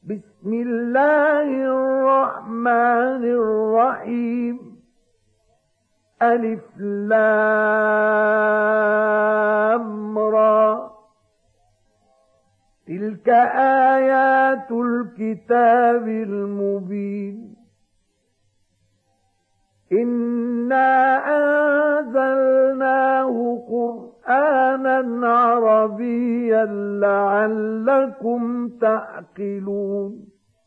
بسم الله الرحمن الرحيم ألف لام را تلك آيات الكتاب المبين إنا أنزلناه قرآنا عربيا لعلكم تعقلون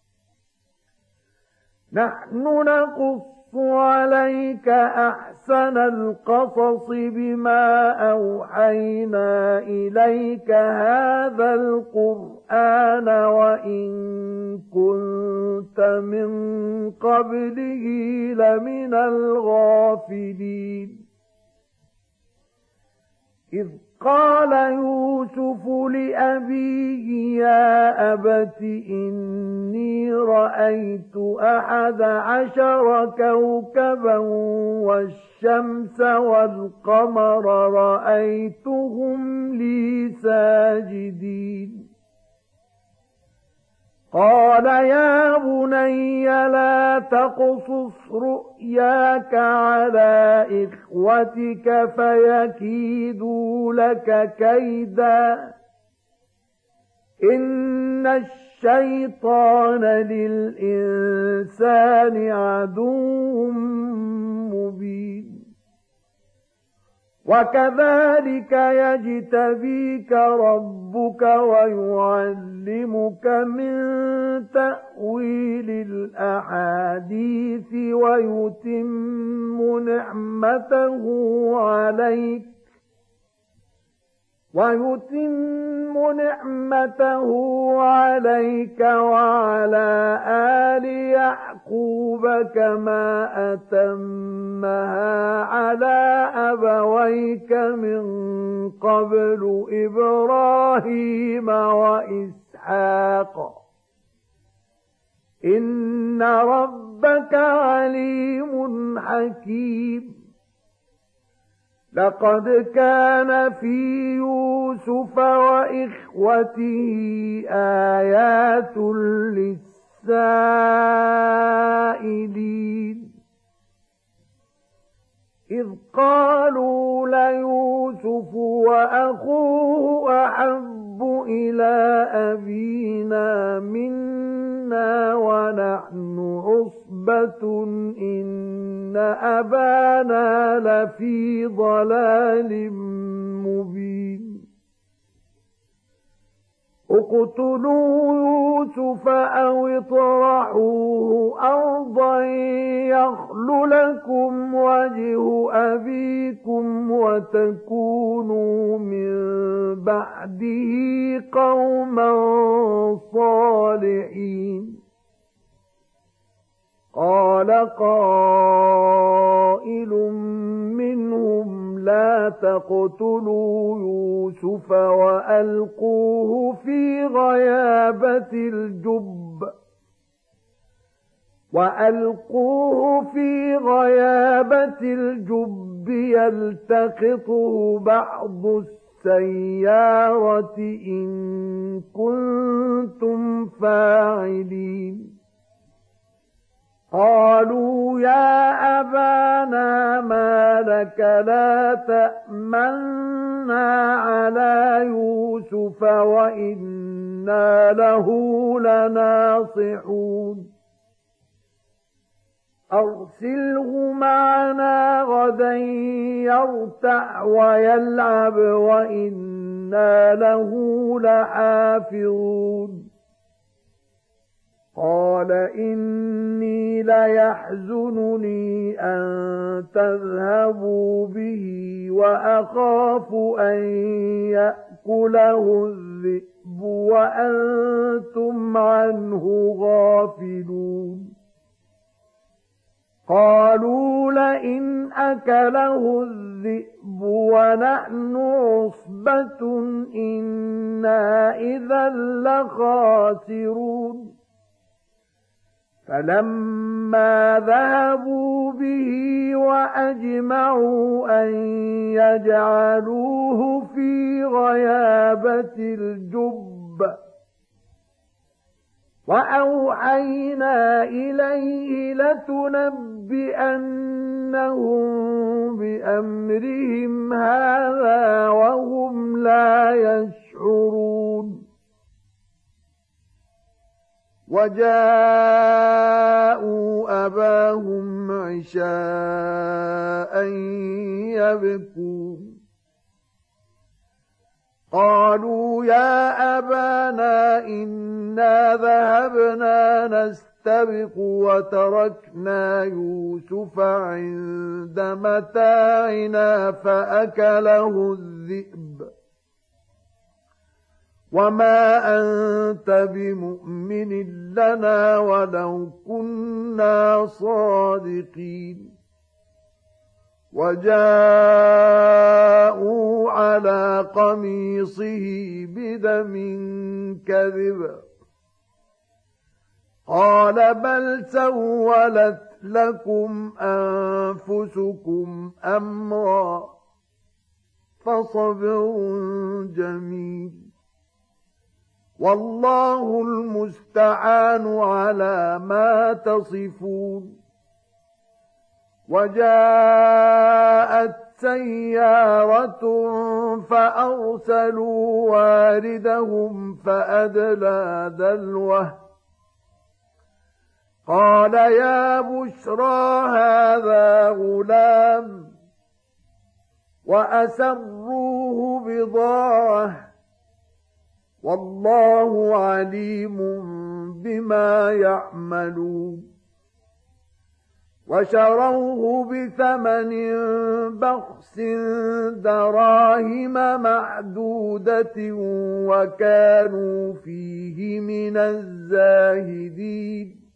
نحن نقص عليك أحسن القصص بما أوحينا إليك هذا القرآن وإن كنت من قبله لمن الغافلين إذ قال يوسف لأبيه يا أبت إني رأيت 11 كوكبا والشمس والقمر رأيتهم لي ساجدين قال يا بني لا تقصص رؤياك على إخوتك فيكيدوا لك كيدا إن الشيطان للإنسان عدو مبين وكذلك يجتبيك ربك ويعلمك من تأويل الأحاديث ويتم نعمته عليك وعلى آل يعقوب كما أتمها على أبويك من قبل إبراهيم وإسحاق إن ربك عليم حكيم لقد كان في يوسف وإخوته آيات للسائلين إذ قالوا ليوسف وأخوه أحب إلى أبينا منا ونحن عصبة إن أبانا لفي ضلال مبين اقتلوا يوسف أو اطرحوه أرضا يخل لكم وجه أبيكم وتكونوا من بعده قوما صالحين قال قائل منهم لا تقتلوا يوسف وألقوه في غيابة الجب يلتقطه بعض السيارة إن كنتم فاعلين قالوا يا أبانا ما لك لا تأمنا على يوسف وإنا له لناصحون أرسله معنا غدا يرتع ويلعب وإنا له لحافظون قال إني ليحزنني أن تذهبوا به وأخاف أن يأكله الذئب وأنتم عنه غافلون قالوا لئن أكله الذئب ونحن عصبة إنا إذا لخاسرون فلما ذهبوا به وأجمعوا أن يجعلوه في غيابة الجب وأوحينا إليه لتنبئنهم بأمرهم هذا وهم لا يشعرون وجاءوا أباهم عشاء يبكون قالوا يا أبانا إنا ذهبنا نستبق وتركنا يوسف عند متاعنا فأكله الذئب وما أنت بمؤمن لنا ولو كنا صادقين وجاءوا على قميصه بدم كذب قال بل سولت لكم أنفسكم أمرا فصبر جميل والله المستعان على ما تصفون وجاءت سيارة فأرسلوا واردهم فأدلى دلوه قال يا بشرى هذا غلام وأسروه بضاعة والله عليم بما يعملون وشروه بثمن بخس دراهم معدودة وكانوا فيه من الزاهدين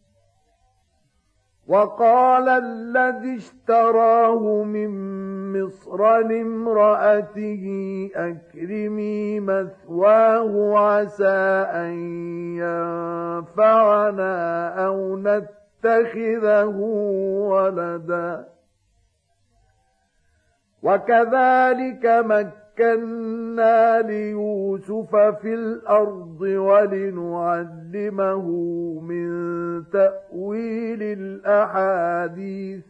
وقال الذي اشتراه من مصر لامرأته أكرمي مثواه عسى أن ينفعنا أو نتخذه ولدا وكذلك مكنا ليوسف في الأرض ولنعلمه من تأويل الأحاديث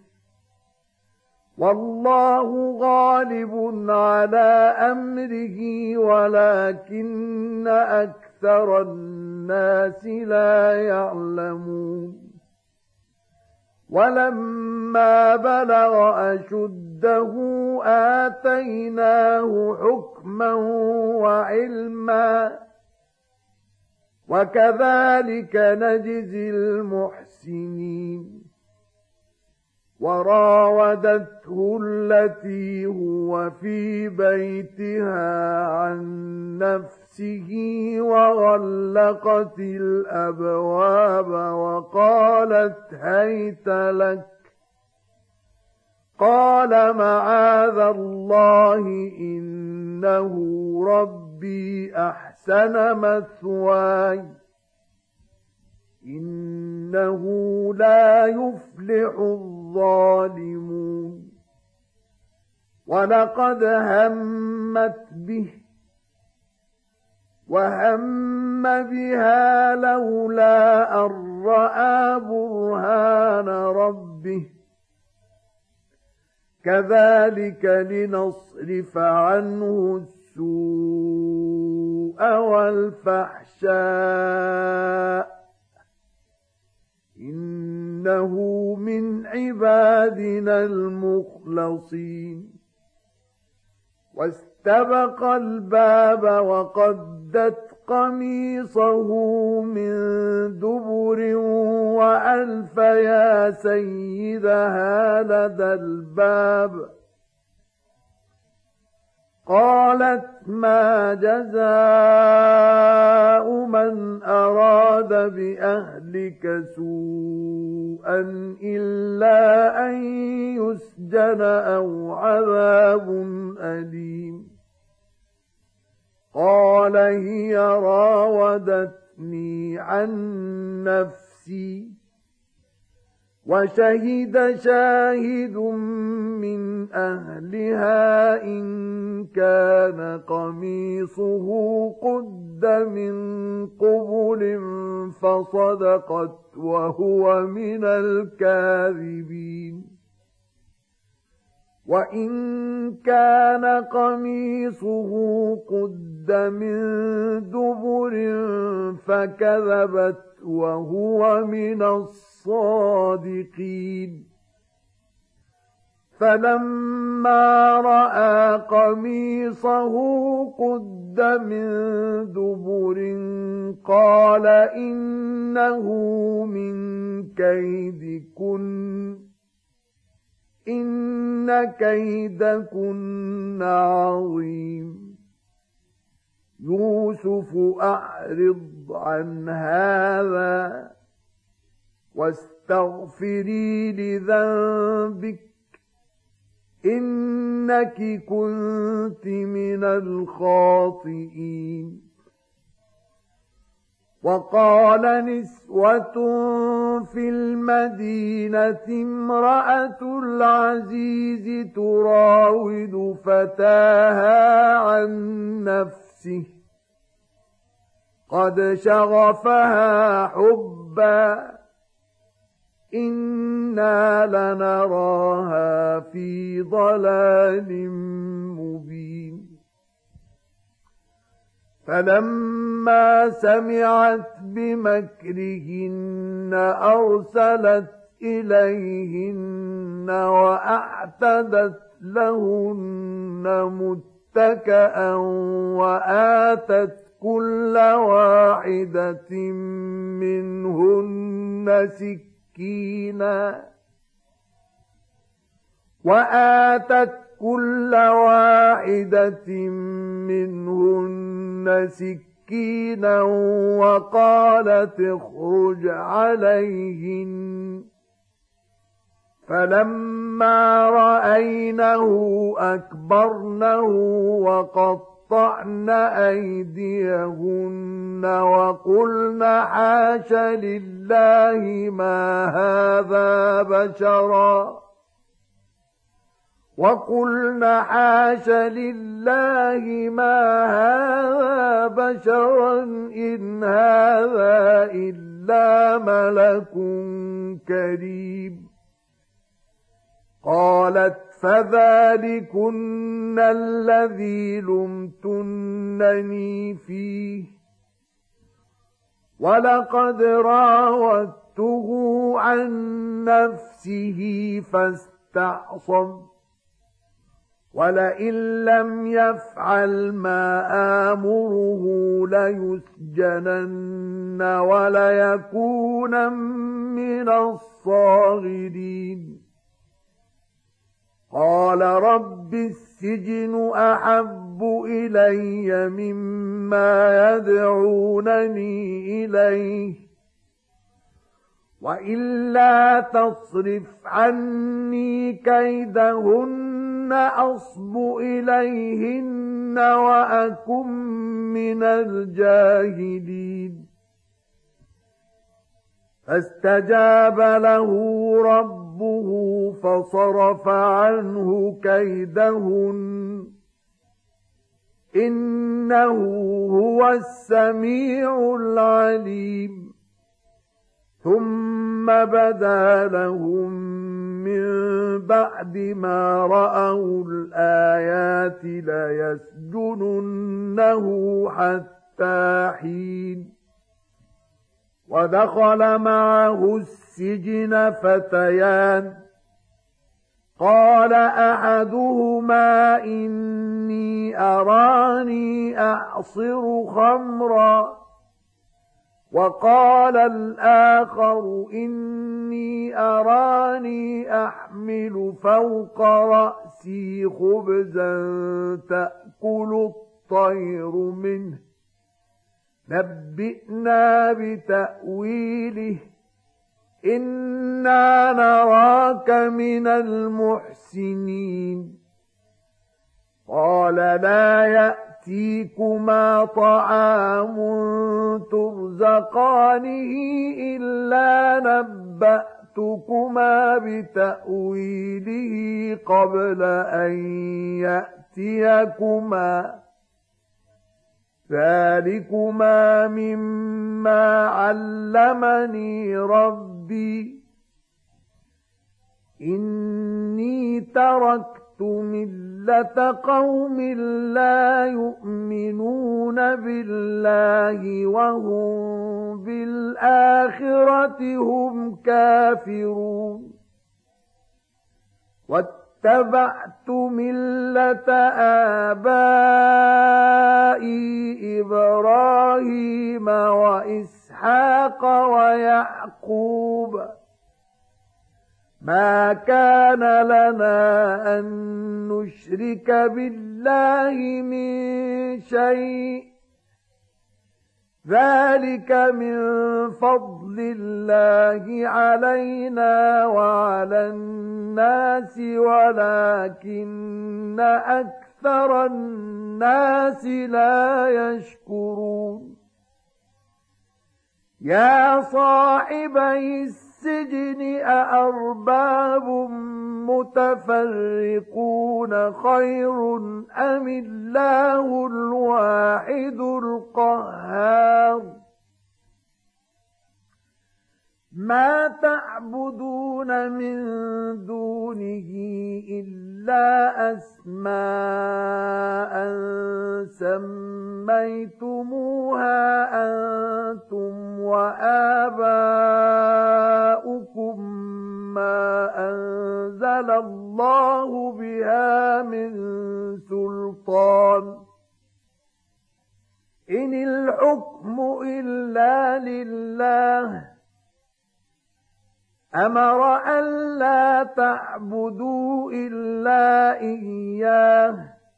والله غالب على أمره ولكن أكثر الناس لا يعلمون ولما بلغ أشده آتيناه حكما وعلما وكذلك نجزي المحسنين وراودته التي هو في بيتها عن نفسه وغلقت الأبواب وقالت هيت لك قال معاذ الله إنه ربي أحسن مثواي إنه لا يفلح الظالمون ولقد همت به وهم بها لولا أن رأى برهان ربه كذلك لنصرف عنه السوء والفحشاء إنه من عبادنا المخلصين واستبق الباب وقدت قميصه من دبر وألف يا سيدها لدى الباب قالت ما جزاء من أراد بأهلك سوءا إلا أن يسجن أو عذاب أليم قال هي راودتني عن نفسي وشهد شاهد من أهلها إن كان قميصه قد من قبل فصدقت وهو من الكاذبين وإن كان قميصه قد من دبر فكذبت وهو من الصادقين فلما رأى قميصه قد من دبر قال إنه من كيدكن إن كيدكن عظيم يوسف أعرض عن هذا واستغفري لذنبك إنك كنت من الخاطئين وقال نسوة في المدينة امرأة العزيز تراود فتاها عن نفسه قد شغفها حبا إنا لنراها في ضلال مبين فلما سمعت بمكرهن أرسلت إليهن وأعتدت لهن متكئا وآتت كل واحدة منهن سكينا كل واحدة منهن سكينا وقالت اخرج عليهن فلما رأينه أكبرنه وقطعن أيديهن وقلن حاش لله ما هذا بشرا إن هذا إلا ملك كريم قالت فذلكن الذي لمتنني فيه ولقد راودته عن نفسه فاستعصم ولئن لم يفعل ما آمره ليسجنن وليكونن من الصاغرين قال رب السجن أحب إلي مما يدعونني إليه وإلا تصرف عني كيدهن أصب إليهن وأكن من الجاهلين فاستجاب له ربه فصرف عنه كيدهن إنه هو السميع العليم ثم بدا لهم من بعد ما رأوا الآيات ليسجننه حتى حين ودخل معه السجن فتيان قال أحدهما إني أراني أعصر خمرا وقال الآخر إني أراني أحمل فوق رأسي خبزا تأكل الطير منه نبئنا بتأويله إنا نراك من المحسنين قال لا يأتيكما طعام ترزقانه إلا نبأتكما نَبَّأْتُكُمَا بِتَأْوِيلِهِ قَبْلَ أَن يَأْتِيَكُمَا ذَلِكُمَا مِمَّا عَلَّمَنِي رَبِّي إِنِّي تَرَكْتُ مِلَّةَ قَوْمٍ لَّا يُؤْمِنُونَ بِاللَّهِ وَهُمْ بِالْآخِرَةِ هُمْ كَافِرُونَ وَاتَّبَعْتُ مِلَّةَ آبَائِي إِبْرَاهِيمَ وَإِسْحَاقَ وَيَعْقُوبَ مَا كَانَ لَنَا أَن نُّشْرِكَ بِاللَّهِ مِن شَيْءٍ ذَلِكَ مِن فَضْلِ اللَّهِ عَلَيْنَا وَعَلَى النَّاسِ وَلَكِنَّ أَكْثَرَ النَّاسِ لَا يَشْكُرُونَ يَا صَاحِبَيِ السِّجْنِ أَأَرْبَابٌ مُتَفَرِّقُونَ خَيْرٌ أَمِ اللَّهُ الْوَاحِدُ الْقَهَّارُ مَا تَعْبُدُونَ مِن دُونِهِ إِلَّا أَسْمَاءً سَمَّيْتُمُوهَا أَنتُمْ وَآبَاؤُكُم مَّا أَنزَلَ اللَّهُ بِهَا مِن سُلْطَانٍ إِنِ الْحُكْمُ إِلَّا لِلَّهِ أَمَرَ أَلَّا تَعْبُدُوا إِلَّا إِيَّاهُ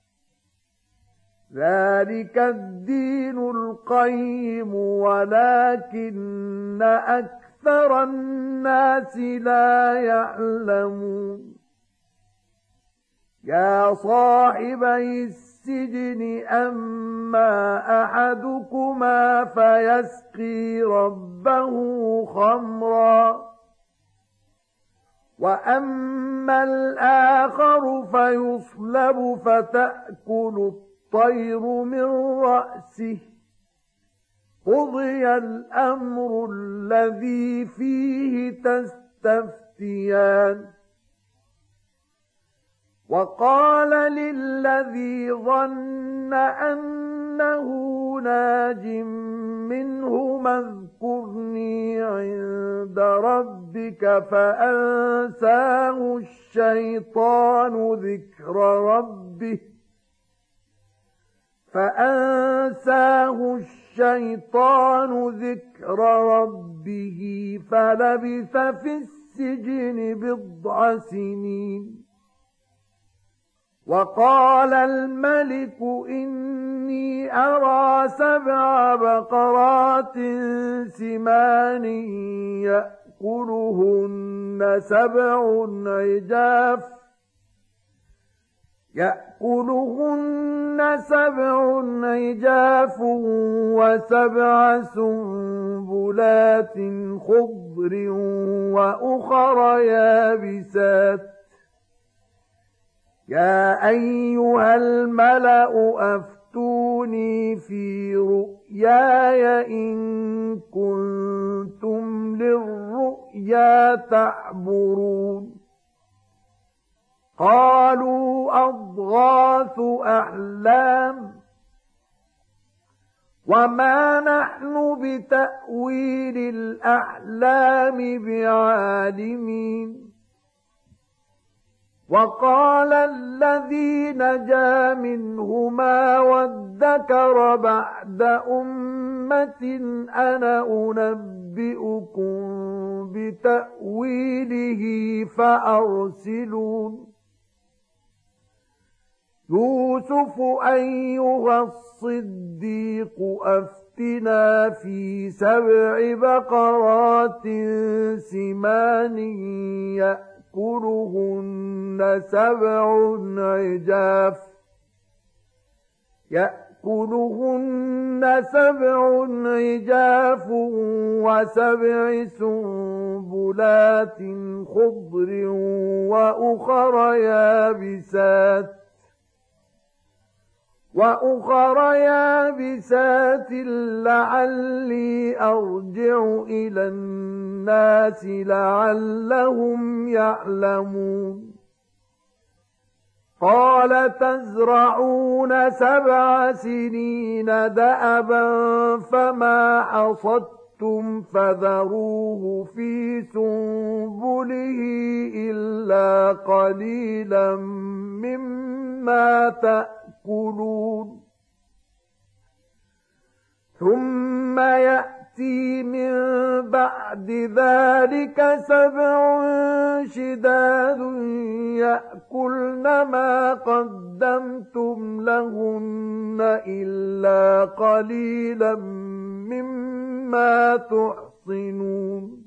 ذَلِكَ الدِّينُ الْقَيِّمُ وَلَكِنَّ أَكْثَرَ النَّاسِ لَا يَعْلَمُونَ يَا صَاحِبَيِ السِّجْنِ أَمَّا أَحَدُكُمَا فَيَسْقِي رَبَّهُ خَمْرًا وَأَمَّا الْآخَرُ فَيُصْلَبُ فَتَأْكُلُ الطَّيْرُ مِنْ رَأْسِهِ قُضِيَ الْأَمْرُ الَّذِي فِيهِ تَسْتَفْتِيَانِ وَقَالَ لِلَّذِي ظَنَّ أَنَّهُ نَاجٍ مِّنْهُمَا اذْكُرْنِي عِندَ رَبِّكَ فَأَنسَاهُ الشَّيْطَانُ ذِكْرَ رَبِّهِ فَلَبِثَ فِي السِّجْنِ بِضْعَ سِنِينَ وَقَالَ الْمَلِكُ إِنِّي أَرَىٰ 7 بَقَرَاتٍ سِمَانٍ يَأْكُلُهُنَّ سَبْعٌ عِجَافٌ و7 سُنبُلَاتٍ خُضْرٍ وَأُخَرَ يَابِسَاتٍ يَا أَيُّهَا الْمَلَأُ أَفْتُونِي فِي رُؤْيَايَ إِن كُنتُمْ لِلرُّؤْيَا تَعْبُرُونَ قَالُوا أَضْغَاثُ أَحْلَامٍ وَمَا نَحْنُ بِتَأْوِيلِ الْأَحْلَامِ بِعَالِمِينَ وَقَالَ الَّذِي نَجَا مِنْهُمَا وَادَّكَرَ بَعْدَ أُمَّةٍ أَنَا أُنَبِّئُكُم بِتَأْوِيلِهِ فَأَرْسِلُونِ يُوسُفُ أَيُّهَا الصِّدِّيقُ أَفْتِنَا فِي 7 بَقَرَاتٍ سِمَانٍ يَأْكُلُهُنَّ 7 عِجَافٌ و7 سُنبُلَاتٍ سنبلات خضر وأخر يابسات لعلي أرجع إلى الناس لعلهم يعلمون قال تزرعون 7 سنين دأبا فما حصدتم فذروه في سنبله إلا قليلا مما تأكلون ثم يأتي من بعد ذلك 7 شداد يأكلن ما قدمتم لهن إلا قليلا مما تحصنون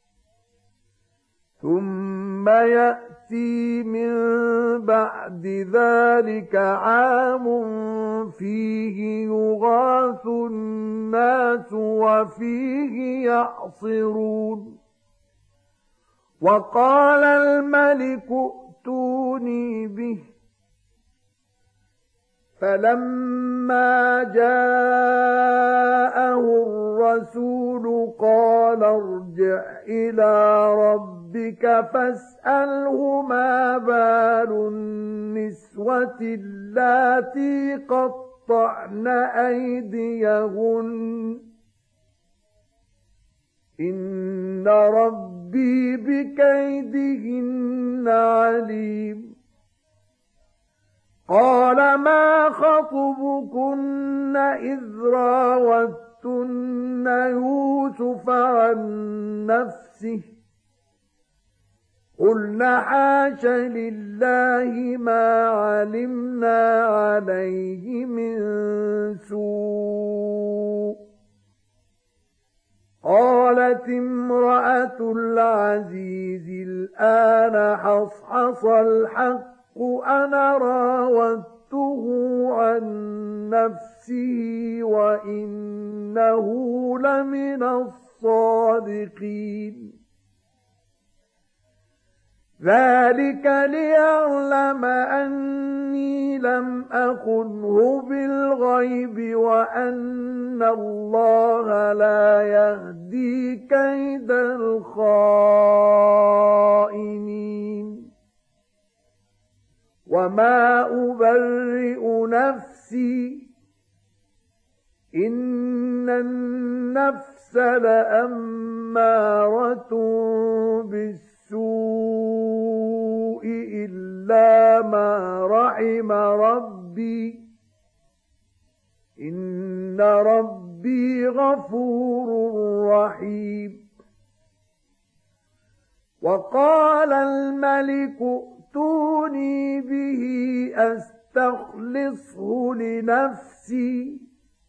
ثم يأتي من بعد ذلك عام فيه يغاث الناس وفيه يعصرون وقال الملك ائتوني به فلما جاءه الرسول قال ارجع إلى ربك فاسأله ما بال النسوة اللاتي قطعن أيديهن إن ربي بكيدهن عليم قال ما خطبكن إذ راوتن يوسف عن نفسه قلنا حاش لله ما علمنا عليه من سوء قالت امرأة العزيز الآن حصحص الحق أنا راودته عن نفسه وإنه لمن الصادقين ذلك ليعلم أني لم أخنه بالغيب وأن الله لا يهدي كيد الخائنين وما أبرئ نفسي إن النفس لأمارة بالسوء إلا ما رحم ربي إن ربي غفور رحيم وقال الملك ائتوني به أستخلصه لنفسي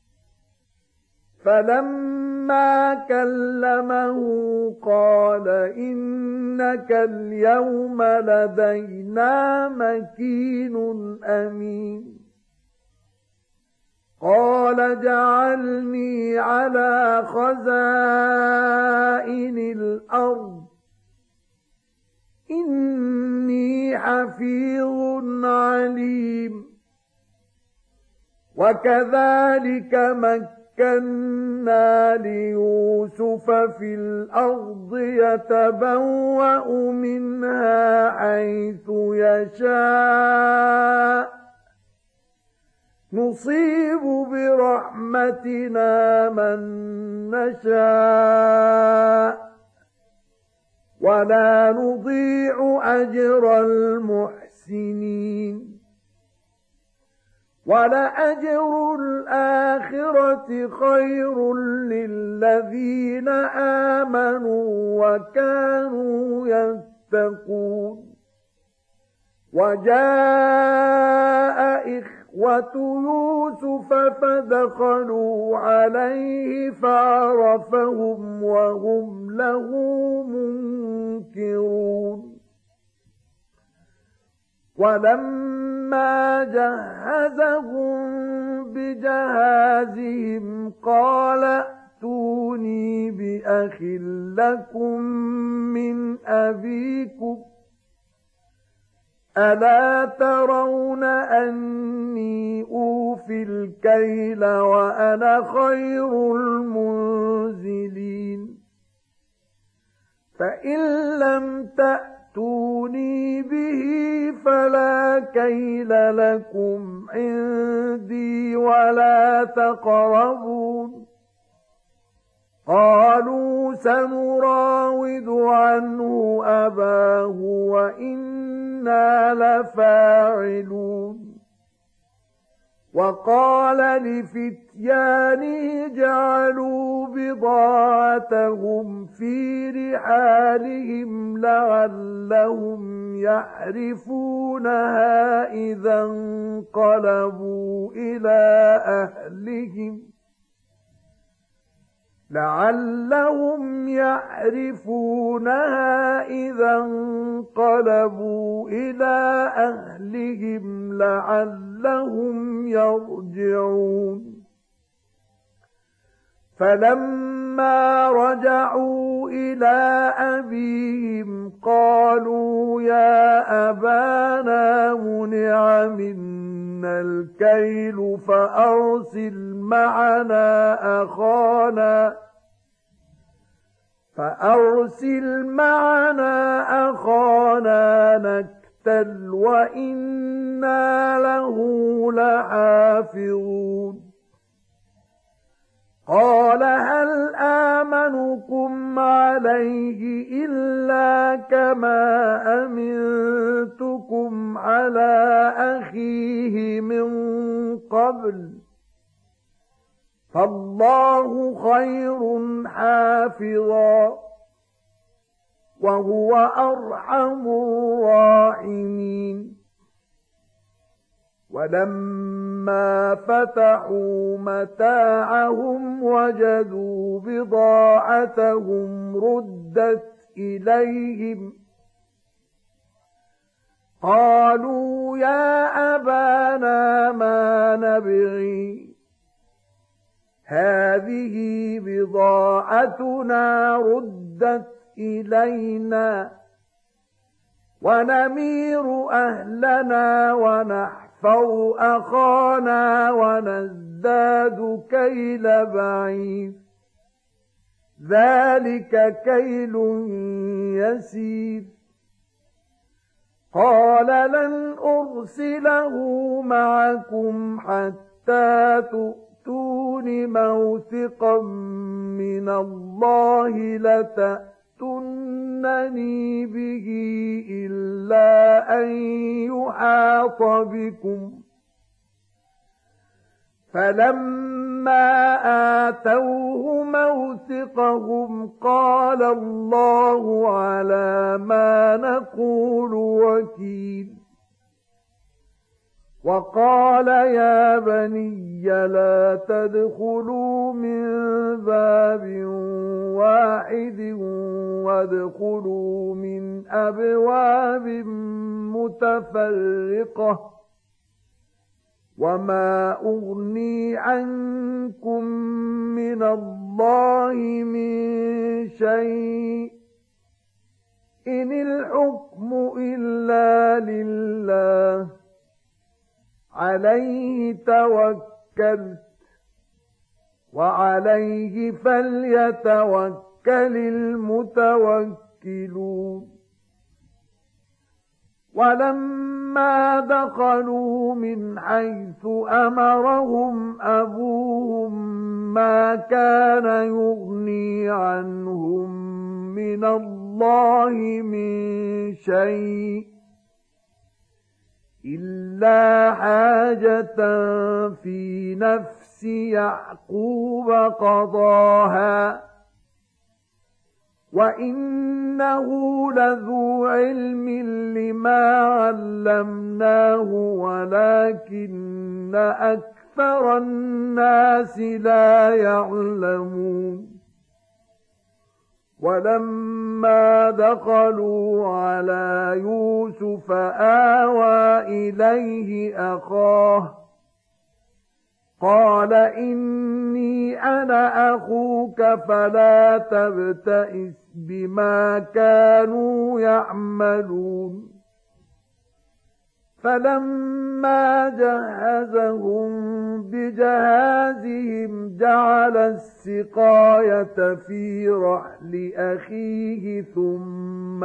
فلما كلمه قال إنك اليوم لدينا مكين أمين قال جعلني على خزائن الأرض إني حفيظ عليم وكذلك مكنا ليوسف في الأرض يتبوأ منها حيث يشاء نصيب برحمتنا من نشاء ولا نضيع أجر المحسنين ولأجر الآخرة خير للذين آمنوا وكانوا يتقون وجاء إخوة يوسف فدخلوا عليه فعرفهم وهم له منكرون ولما جهزهم بجهازهم قال ائتوني بأخ لكم من أبيكم ألا ترون أني أوفي الكيل وأنا خير المنزلين فإن لم تأتوني به فلا كيل لكم عندي ولا تقربون قالوا سنراود عنه أباه وإنا لفاعلون وقال لفتيانه جعلوا بضاعتهم في رحالهم لعلهم يعرفونها إذا انقلبوا إلى أهلهم لعلهم يرجعون فلما رجعوا إلى أبيهم قالوا يا أبانا منع منا الكيل فأرسل معنا أخانا نكتل وإنا له لحافظون قال هل آمنكم عليه إلا كما أمنتكم على أخيه من قبل فالله خير حافظا وهو أرحم الراحمين ولما فتحوا متاعهم وجدوا بضاعتهم ردت إليهم قالوا يا أبانا ما نبغي هذه بضاعتنا ردت إلينا ونمير أهلنا ونحفظ أخانا ونزداد كيل بعير ذلك كيل يسير قال لن أرسله معكم حتى تؤتون موثقا من الله لتأتونني به إلا أن يحاط بكم فلما آتوه موثقهم قال الله على ما نقول وكيل وقال يا بني لا تدخلوا من باب واحد وادخلوا من أبواب متفرقة وما أغني عنكم من الله من شيء إن الحكم إلا لله عليه توكلت وعليه فليتوكل المتوكلون ولما دخلوا من حيث أمرهم أبوهم ما كان يغني عنهم من الله من شيء إلا حاجة في نفس يعقوب قضاها وإنه لذو علم لما علمناه ولكن أكثر الناس لا يعلمون ولما دخلوا على يوسف آوى إليه أخاه قال إني أنا أخوك فلا تبتئس بما كانوا يعملون فلما جهزهم بجهازهم جعل السقاية في رحل أخيه ثم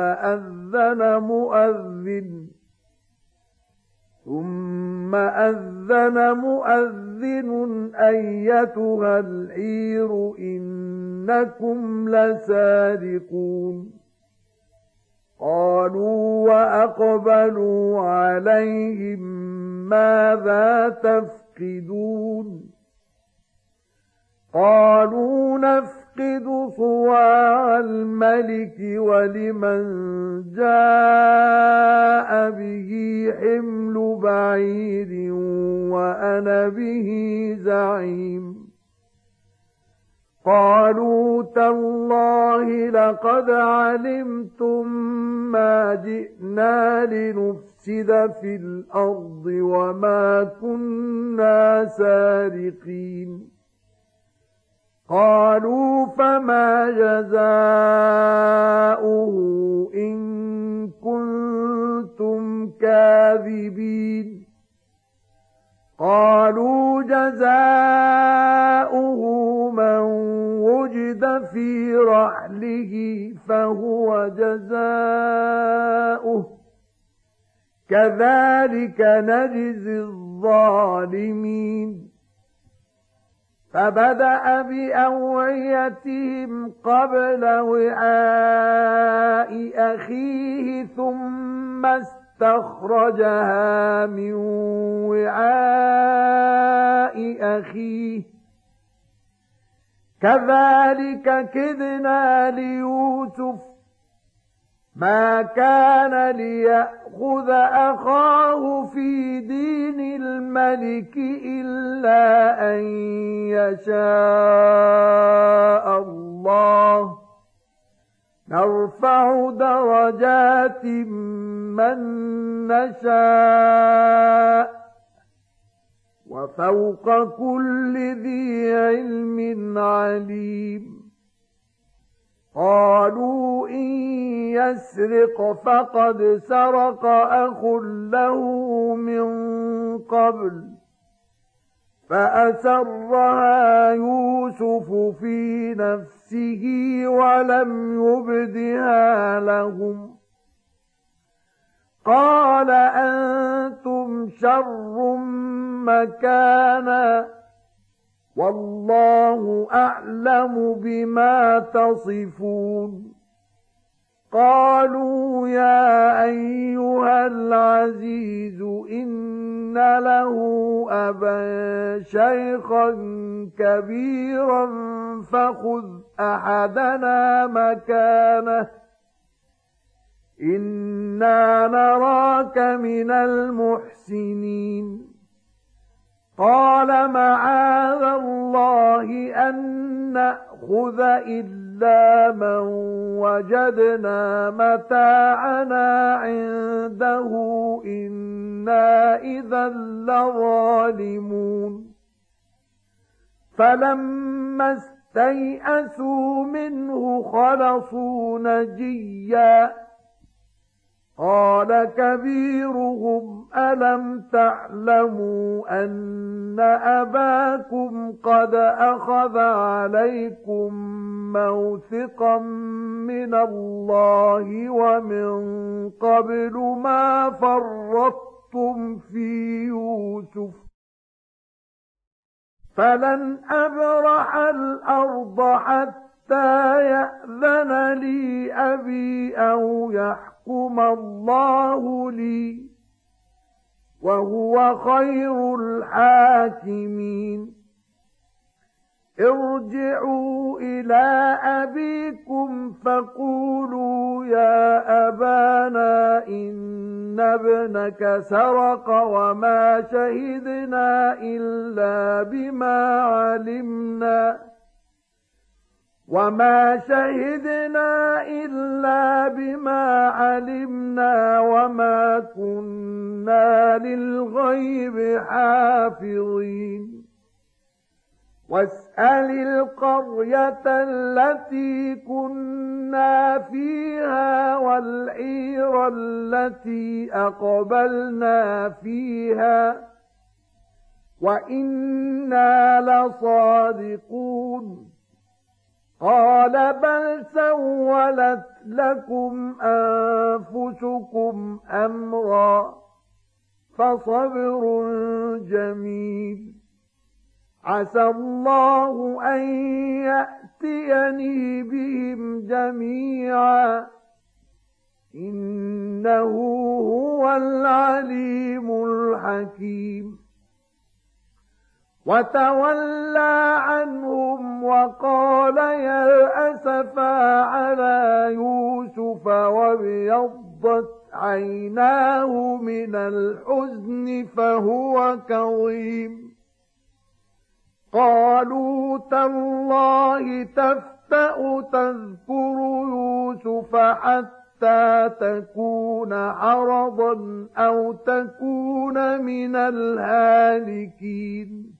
أذن مؤذن أيتها العير إنكم لسارقون قالوا وأقبلوا عليهم ماذا تفقدون قالوا نفقد صواع الملك ولمن جاء به حمل بعير وأنا به زعيم قالوا تالله لقد علمتم ما جئنا لنفسد في الأرض وما كنا سارقين قالوا فما جزاؤه إن كنتم كاذبين قالوا جزاؤه من وجد في رحله فهو جزاؤه كذلك نجزي الظالمين فبدأ بأوعيتهم قبل وعاء أخيه ثم استخرجها من وعاء أخيه كذلك كدنا ليوسف ما كان ليأخذ أخاه في دين الملك إلا أن يشاء الله نرفع درجات من نشاء وفوق كل ذي علم عليم قالوا إن يسرق فقد سرق أخ له من قبل فأسرها يوسف في نفسه ولم يبدها لهم قال أنتم شر مكانا والله أعلم بما تصفون قالوا يا أيها العزيز إن له أبا شيخا كبيرا فخذ أحدنا مكانه إنا نراك من المحسنين قال معاذ الله أن نأخذ إلا من وجدنا متاعنا عنده إنا إذا لظالمون فلما استيئسوا منه خلصوا نجيا قال كبيرهم ألم تعلموا أن أباكم قد أخذ عليكم موثقا من الله ومن قبل ما فرطتم في يوسف فلن أبرح الأرض حتى يأذن لي أبي أو يحكم الله لي وهو خير الحاكمين ارجعوا إلى أبيكم فقولوا يا أبانا إن ابنك سرق وما شهدنا إلا بما علمنا وما كنا للغيب حافظين واسأل القرية التي كنا فيها والعير التي أقبلنا فيها وإنا لصادقون قال بل سولت لكم أنفسكم أمرا فصبر جميل عسى الله أن يأتيني بهم جميعا إنه هو العليم الحكيم وتولى عنهم وقال يا أسفا على يوسف وابيضت عيناه من الحزن فهو كظيم قالوا تالله تفتأ تذكر يوسف حتى تكون حرضا أو تكون من الهالكين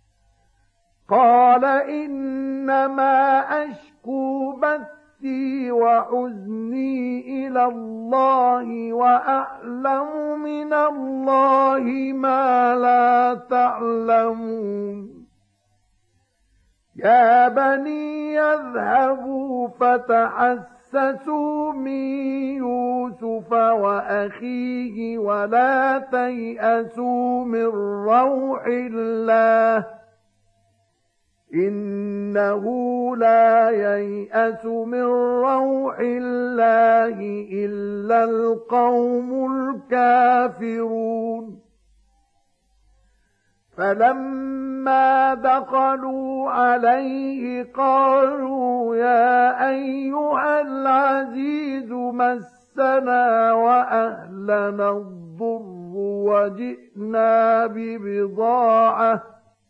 قال إنما أشكو بثي وحزني إلى الله وأعلم من الله ما لا تعلمون يا بني يذهبوا فتحسسوا من يوسف وأخيه ولا تيأسوا من روح الله إنه لا ييأس من روح الله إلا القوم الكافرون فلما دخلوا عليه قالوا يا أيها العزيز مسنا وأهلنا الضر وجئنا ببضاعة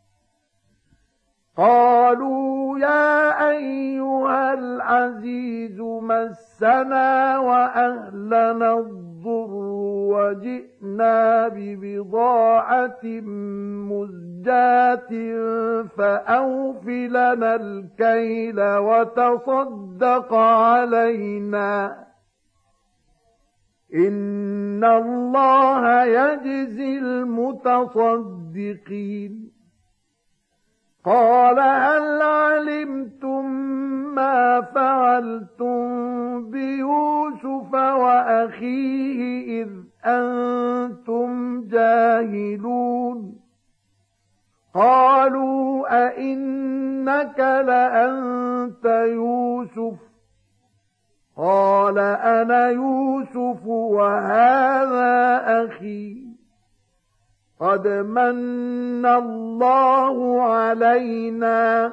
قالوا يا أيها العزيز مسنا وأهلنا الضر وجئنا ببضاعة مزجاة فأوف لنا الكيل وتصدق علينا إن الله يجزي المتصدقين قال هل علمتم ما فعلتم بيوسف وأخيه إذ أنتم جاهلون قالوا أئنك لأنت يوسف قال أنا يوسف وهذا أخي قد من الله علينا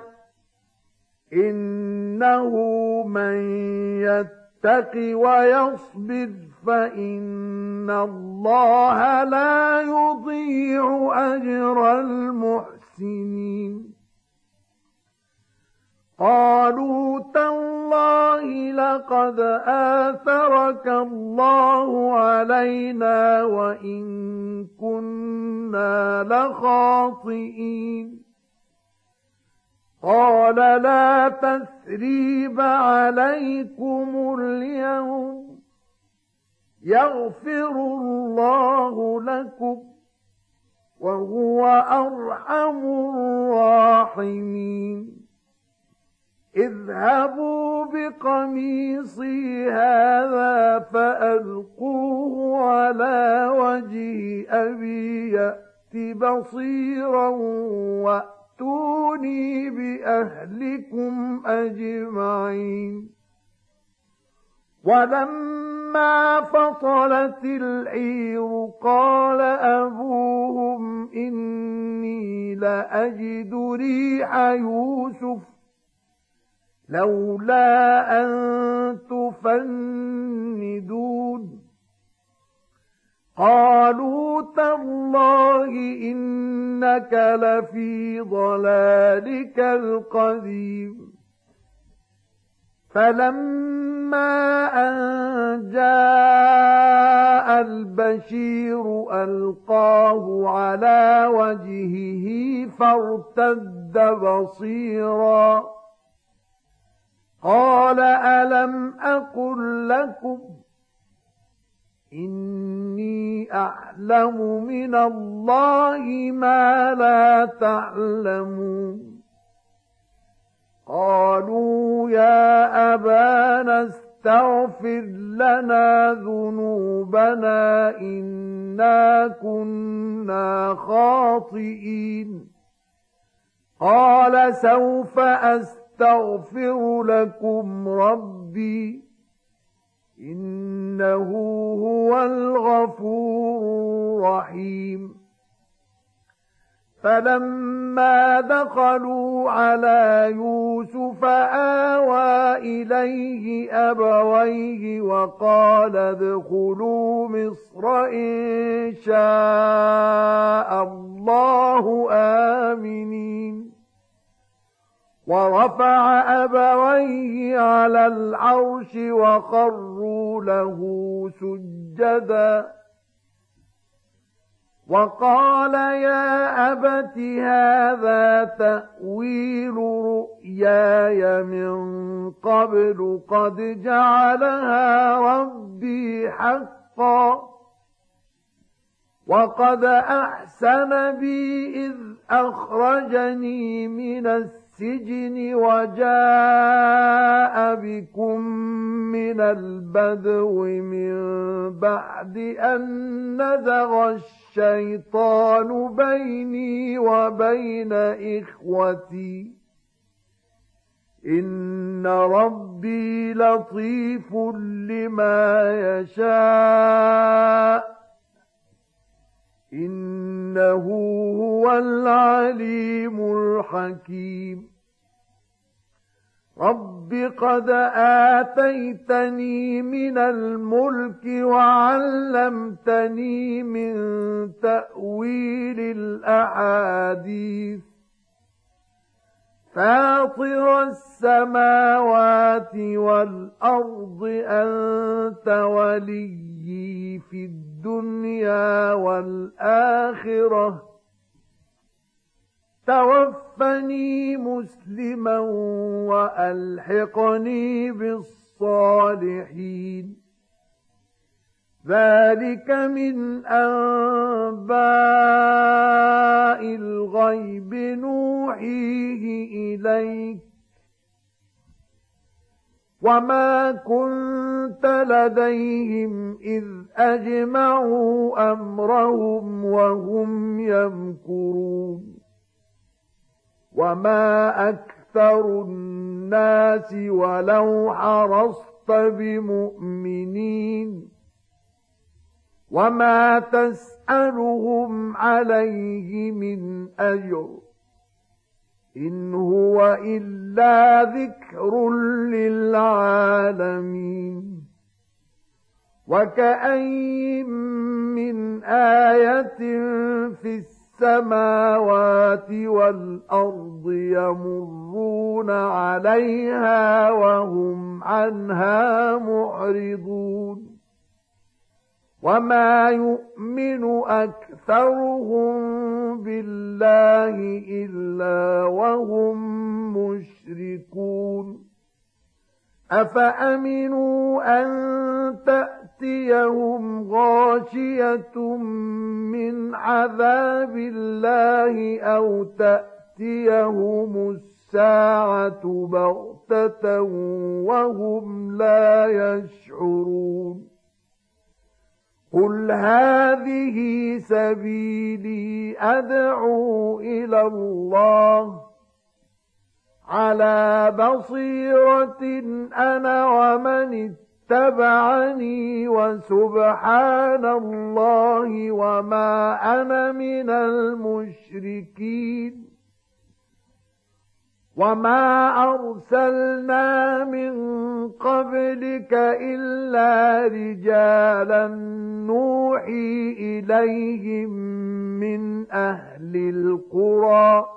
إنه من يتق ويصبر فإن الله لا يضيع أجر المحسنين قالوا تالله لقد آثرك الله علينا وإن كنا لخاطئين قال لا تثريب عليكم اليوم يغفر الله لكم وهو أرحم الراحمين اذهبوا بقميصي هذا فألقوه على وجه أبي يأت بصيرا وأتوني بأهلكم أجمعين ولما فصلت العير قال أبوهم إني لأجد ريح يوسف لولا أن تفندون قالوا تالله إنك لفي ضلالك القديم فلما أن جاء البشير ألقاه على وجهه فارتد بصيرا قال ألم أقل لكم إني أعلم من الله ما لا تعلمون قالوا يا أبانا استغفر لنا ذنوبنا إنا كنا خاطئين قال سوف أستغفر لكم ربي إنه هو الغفور الرحيم فلما دخلوا على يوسف آوى إليه أبويه وقال ادخلوا مصر إن شاء الله آمنين ورفع أبويه على العرش وخروا له سجدا وقال يا أبت هذا تأويل رؤياي من قبل قد جعلها ربي حقا وقد أحسن بي إذ أخرجني من السجن وجاء بكم من البدو من بعد أن نزغ الشيطان بيني وبين إخوتي إن ربي لطيف لما يشاء إنه هو العليم الحكيم رب قد آتيتني من الملك وعلمتني من تأويل الأحاديث فاطر السماوات والأرض أنت وليي في الدنيا والآخرة توفني مسلما وألحقني بالصالحين ذلك من أنباء الغيب نوحيه إليك وما كنت لديهم إذ أجمعوا أمرهم وهم يمكرون وما أكثر الناس ولو حرصت بمؤمنين وما تسألهم عليه من أجر إن هو إلا ذكر للعالمين وكأين من آية في السماوات والأرض يمرون عليها وهم عنها معرضون وما يؤمن أكثرهم بالله إلا وهم مشركون أفأمنوا أن تأتيهم غاشية من عذاب الله أو تأتيهم الساعة بغتة وهم لا يشعرون قل هذه سبيلي أدعو إلى الله على بصيرة أنا ومن اتبعني وسبحان الله وما أنا من المشركين وما أرسلنا من قبلك إلا رجالا نوحي إليهم من أهل القرى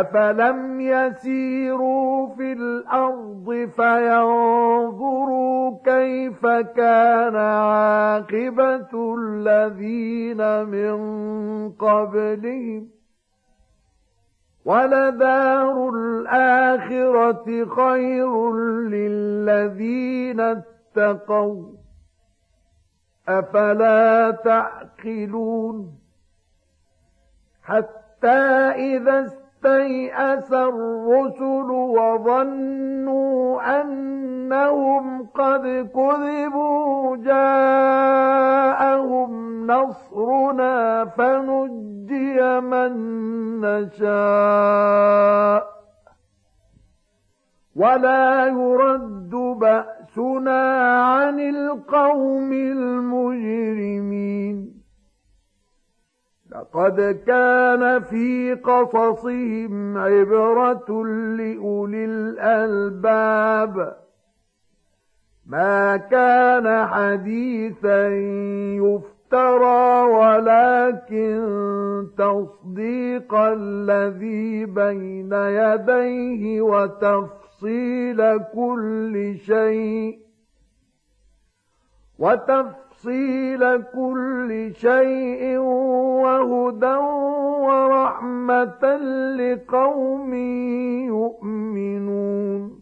أفلم يسيروا في الأرض فينظروا كيف كان عاقبة الذين من قبلهم ولدار الآخرة خير للذين اتقوا أفلا تعقلون حتى إذا استيأس الرسل وظنوا أنهم قد كذبوا جاءهم نصرنا فنجي من نشاء ولا يرد بأسنا عن القوم المجرمين لقد كان في قصصهم عبرة لأولي الألباب ما كان حديثا يفترى ولكن تصديق الذي بين يديه وتفصيل كل شيء وهدى ورحمة لقوم يؤمنون